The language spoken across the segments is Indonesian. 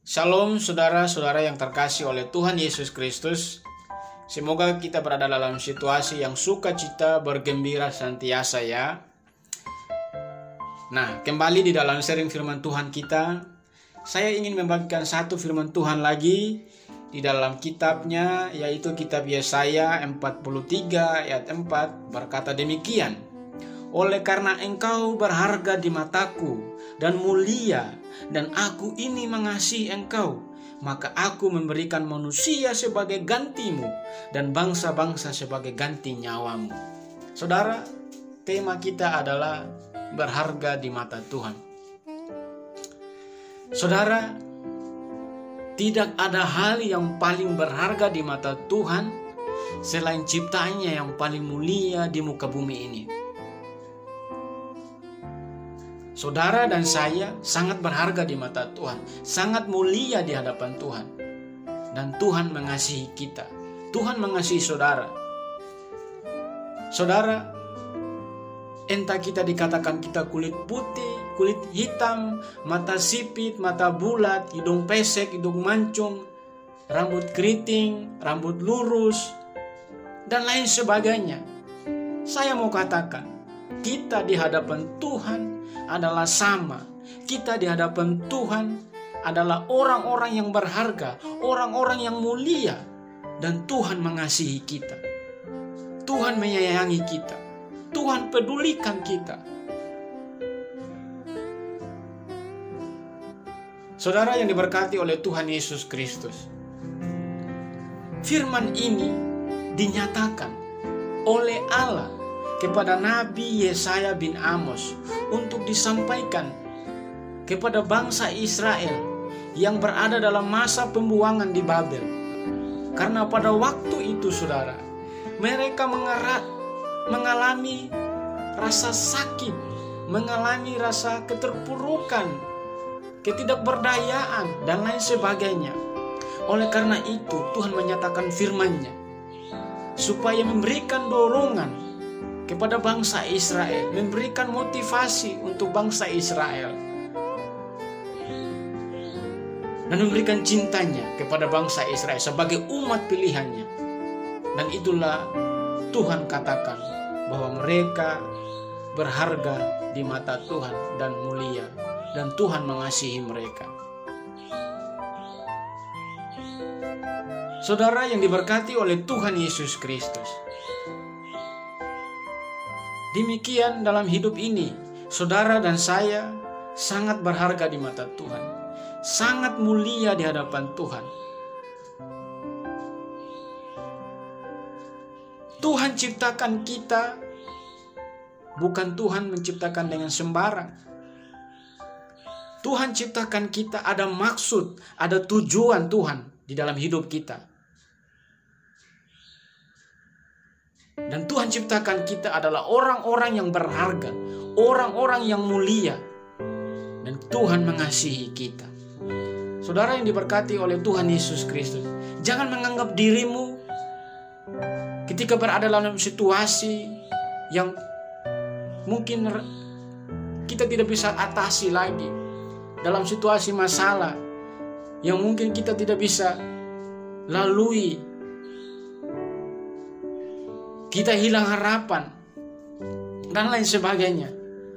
Shalom saudara-saudara yang terkasih oleh Tuhan Yesus Kristus. Semoga kita berada dalam situasi yang sukacita, bergembira senantiasa ya. Nah, kembali di dalam sharing firman Tuhan kita, saya ingin membagikan satu firman Tuhan lagi di dalam kitabnya, yaitu kitab Yesaya 43 ayat 4 berkata demikian. Oleh karena engkau berharga di mataku dan mulia, dan aku ini mengasihi engkau, maka aku memberikan manusia sebagai gantimu dan bangsa-bangsa sebagai ganti nyawamu. Saudara, tema kita adalah berharga di mata Tuhan. Saudara, tidak ada hal yang paling berharga di mata Tuhan selain ciptaannya yang paling mulia di muka bumi ini. Saudara dan saya sangat berharga di mata Tuhan, sangat mulia di hadapan Tuhan. Dan Tuhan mengasihi kita. Tuhan mengasihi saudara. Saudara, entah kita dikatakan kita kulit putih, kulit hitam, mata sipit, mata bulat, hidung pesek, hidung mancung, rambut keriting, rambut lurus, dan lain sebagainya. Saya mau katakan, kita di hadapan Tuhan adalah sama. Kita di hadapan Tuhan adalah orang-orang yang berharga, orang-orang yang mulia, dan Tuhan mengasihi kita. Tuhan menyayangi kita. Tuhan pedulikan kita. Saudara yang diberkati oleh Tuhan Yesus Kristus, firman ini dinyatakan oleh Allah kepada Nabi Yesaya bin Amos untuk disampaikan kepada bangsa Israel yang berada dalam masa pembuangan di Babel. Karena pada waktu itu saudara, mereka mengalami rasa sakit, mengalami rasa keterpurukan, ketidakberdayaan, dan lain sebagainya. Oleh karena itu Tuhan menyatakan firman-Nya supaya memberikan dorongan kepada bangsa Israel, memberikan motivasi untuk bangsa Israel, dan memberikan cintanya kepada bangsa Israel sebagai umat pilihannya. Dan itulah Tuhan katakan bahwa mereka berharga di mata Tuhan dan mulia, dan Tuhan mengasihi mereka. Saudara yang diberkati oleh Tuhan Yesus Kristus, demikian dalam hidup ini, saudara dan saya sangat berharga di mata Tuhan, sangat mulia di hadapan Tuhan. Tuhan ciptakan kita, bukan Tuhan menciptakan dengan sembarang. Tuhan ciptakan kita ada maksud, ada tujuan Tuhan di dalam hidup kita. Dan Tuhan ciptakan kita adalah orang-orang yang berharga, orang-orang yang mulia, dan Tuhan mengasihi kita. Saudara yang diberkati oleh Tuhan Yesus Kristus, jangan menganggap dirimu ketika berada dalam situasi yang mungkin kita tidak bisa atasi lagi, dalam situasi masalah yang mungkin kita tidak bisa lalui. Kita hilang harapan dan lain sebagainya.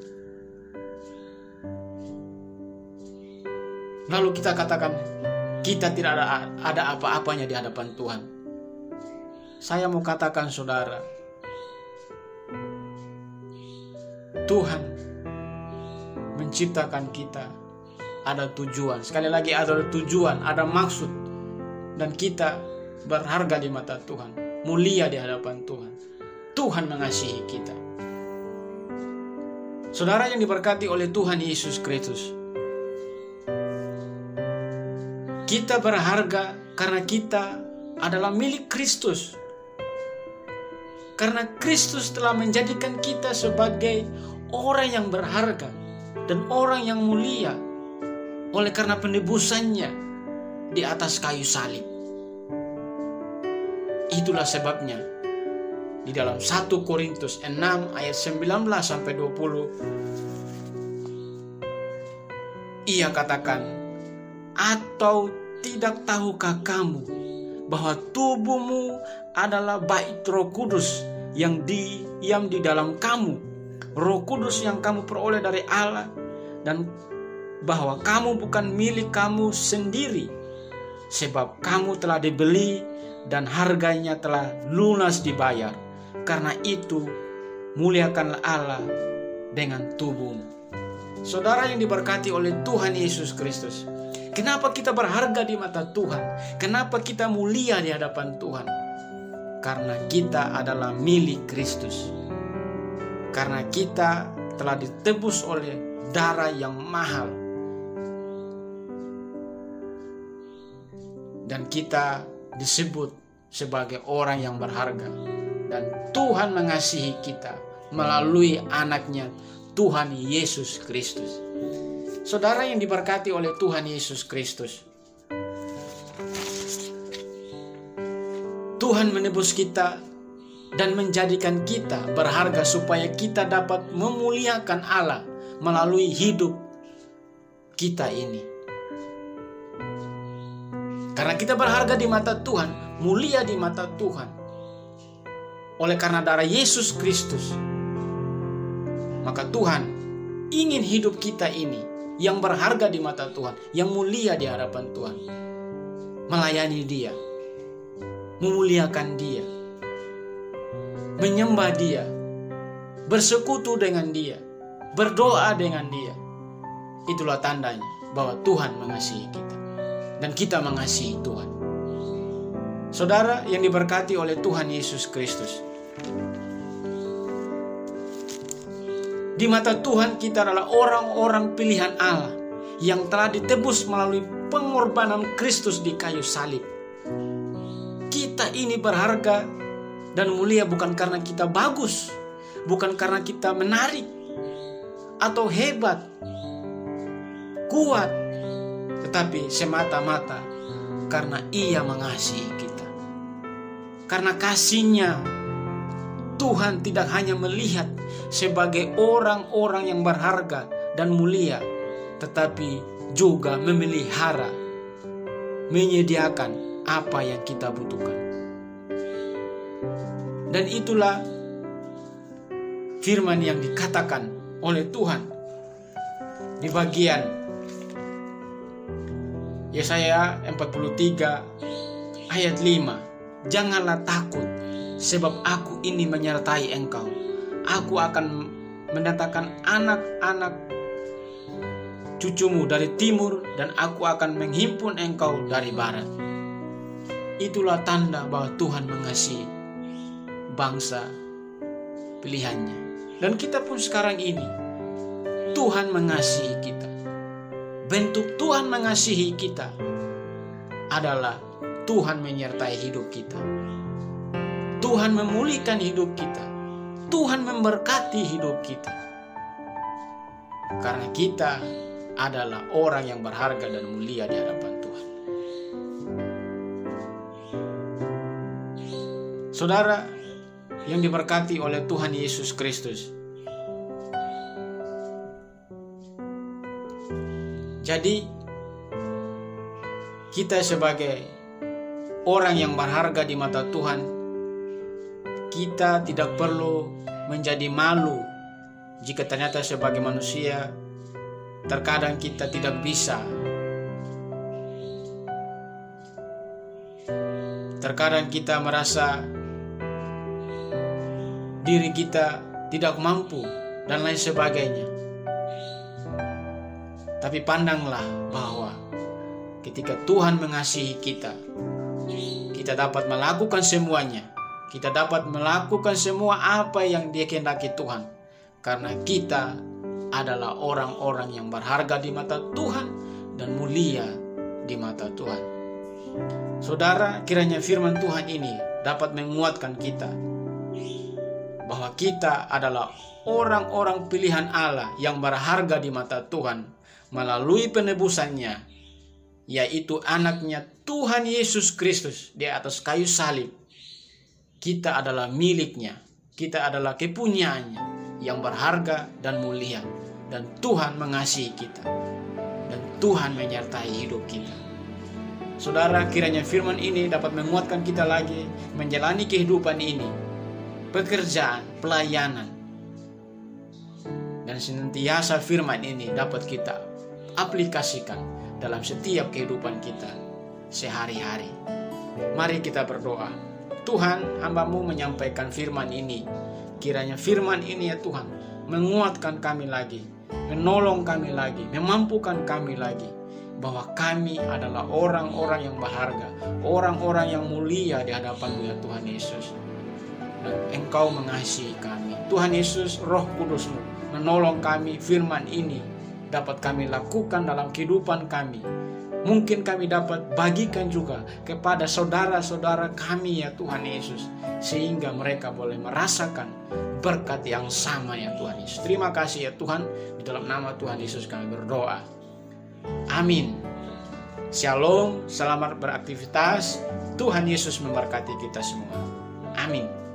Lalu kita katakan kita tidak ada apa-apanya di hadapan Tuhan. Saya mau katakan saudara, Tuhan menciptakan kita ada tujuan. Sekali lagi ada tujuan, ada maksud, dan kita berharga di mata Tuhan, mulia di hadapan Tuhan. Tuhan mengasihi kita. Saudara yang diberkati oleh Tuhan Yesus Kristus, kita berharga karena kita adalah milik Kristus. Karena Kristus telah menjadikan kita sebagai orang yang berharga dan orang yang mulia oleh karena penebusannya di atas kayu salib. Itulah sebabnya di dalam 1 Korintus 6 ayat 19 sampai 20 ia katakan, Atau tidak tahukah kamu bahwa tubuhmu adalah bait Roh Kudus yang diam di dalam kamu, Roh Kudus yang kamu peroleh dari Allah, dan bahwa kamu bukan milik kamu sendiri, sebab kamu telah dibeli dan harganya telah lunas dibayar. Karena itu muliakanlah Allah dengan tubuhmu. Saudara yang diberkati oleh Tuhan Yesus Kristus, kenapa kita berharga di mata Tuhan? Kenapa kita mulia di hadapan Tuhan? Karena kita adalah milik Kristus. Karena kita telah ditebus oleh darah yang mahal. Dan kita disebut sebagai orang yang berharga. Dan Tuhan mengasihi kita melalui anaknya Tuhan Yesus Kristus. Saudara yang diberkati oleh Tuhan Yesus Kristus, Tuhan menebus kita dan menjadikan kita berharga supaya kita dapat memuliakan Allah melalui hidup kita ini. Karena kita berharga di mata Tuhan, mulia di mata Tuhan. Oleh karena darah Yesus Kristus, maka Tuhan ingin hidup kita ini yang berharga di mata Tuhan, yang mulia di hadapan Tuhan, melayani Dia, memuliakan Dia, menyembah Dia, bersekutu dengan Dia, berdoa dengan Dia. Itulah tandanya bahwa Tuhan mengasihi kita dan kita mengasihi Tuhan. Saudara yang diberkati oleh Tuhan Yesus Kristus, di mata Tuhan kita adalah orang-orang pilihan Allah yang telah ditebus melalui pengorbanan Kristus di kayu salib. Kita ini berharga dan mulia bukan karena kita bagus, bukan karena kita menarik atau hebat, kuat, tetapi semata-mata karena Ia mengasihi kita. Karena kasih-Nya, Tuhan tidak hanya melihat sebagai orang-orang yang berharga dan mulia, tetapi juga memelihara, menyediakan apa yang kita butuhkan. Dan itulah firman yang dikatakan oleh Tuhan di bagian Yesaya 43 ayat 5. Janganlah takut, sebab aku ini menyertai engkau. Aku akan mendatangkan anak-anak cucumu dari timur, dan aku akan menghimpun engkau dari barat. Itulah tanda bahwa Tuhan mengasihi bangsa pilihannya. Dan kita pun sekarang ini, Tuhan mengasihi kita. Bentuk Tuhan mengasihi kita adalah Tuhan menyertai hidup kita. Tuhan memulihkan hidup kita. Tuhan memberkati hidup kita. Karena kita adalah orang yang berharga dan mulia di hadapan Tuhan. Saudara yang diberkati oleh Tuhan Yesus Kristus, jadi kita sebagai orang yang berharga di mata Tuhan, kita tidak perlu menjadi malu jika ternyata sebagai manusia terkadang kita tidak bisa. Terkadang kita merasa diri kita tidak mampu dan lain sebagainya. Tapi pandanglah bahwa ketika Tuhan mengasihi kita, kita dapat melakukan semuanya. Kita dapat melakukan semua apa yang dikehendaki Tuhan. Karena kita adalah orang-orang yang berharga di mata Tuhan dan mulia di mata Tuhan. Saudara, kiranya firman Tuhan ini dapat menguatkan kita bahwa kita adalah orang-orang pilihan Allah yang berharga di mata Tuhan melalui penebusannya, yaitu anaknya Tuhan Yesus Kristus di atas kayu salib. Kita adalah miliknya, kita adalah kepunyaannya yang berharga dan mulia, dan Tuhan mengasihi kita. dan Tuhan menyertai hidup kita. Saudara, kiranya firman ini dapat menguatkan kita lagi menjalani kehidupan ini, pekerjaan, pelayanan, dan senantiasa firman ini dapat kita aplikasikan dalam setiap kehidupan kita sehari-hari. Mari kita berdoa. Tuhan, hamba-Mu menyampaikan firman ini. Kiranya firman ini ya Tuhan menguatkan kami lagi, menolong kami lagi, memampukan kami lagi, bahwa kami adalah orang-orang yang berharga, orang-orang yang mulia di hadapan-Mu ya Tuhan Yesus. Dan Engkau mengasihi kami. Tuhan Yesus, Roh Kudus-Mu menolong kami, firman ini dapat kami lakukan dalam kehidupan kami. Mungkin kami dapat bagikan juga kepada saudara-saudara kami ya Tuhan Yesus, sehingga mereka boleh merasakan berkat yang sama ya Tuhan Yesus. Terima kasih ya Tuhan, di dalam nama Tuhan Yesus kami berdoa. Amin. Shalom, selamat beraktivitas. Tuhan Yesus memberkati kita semua. Amin.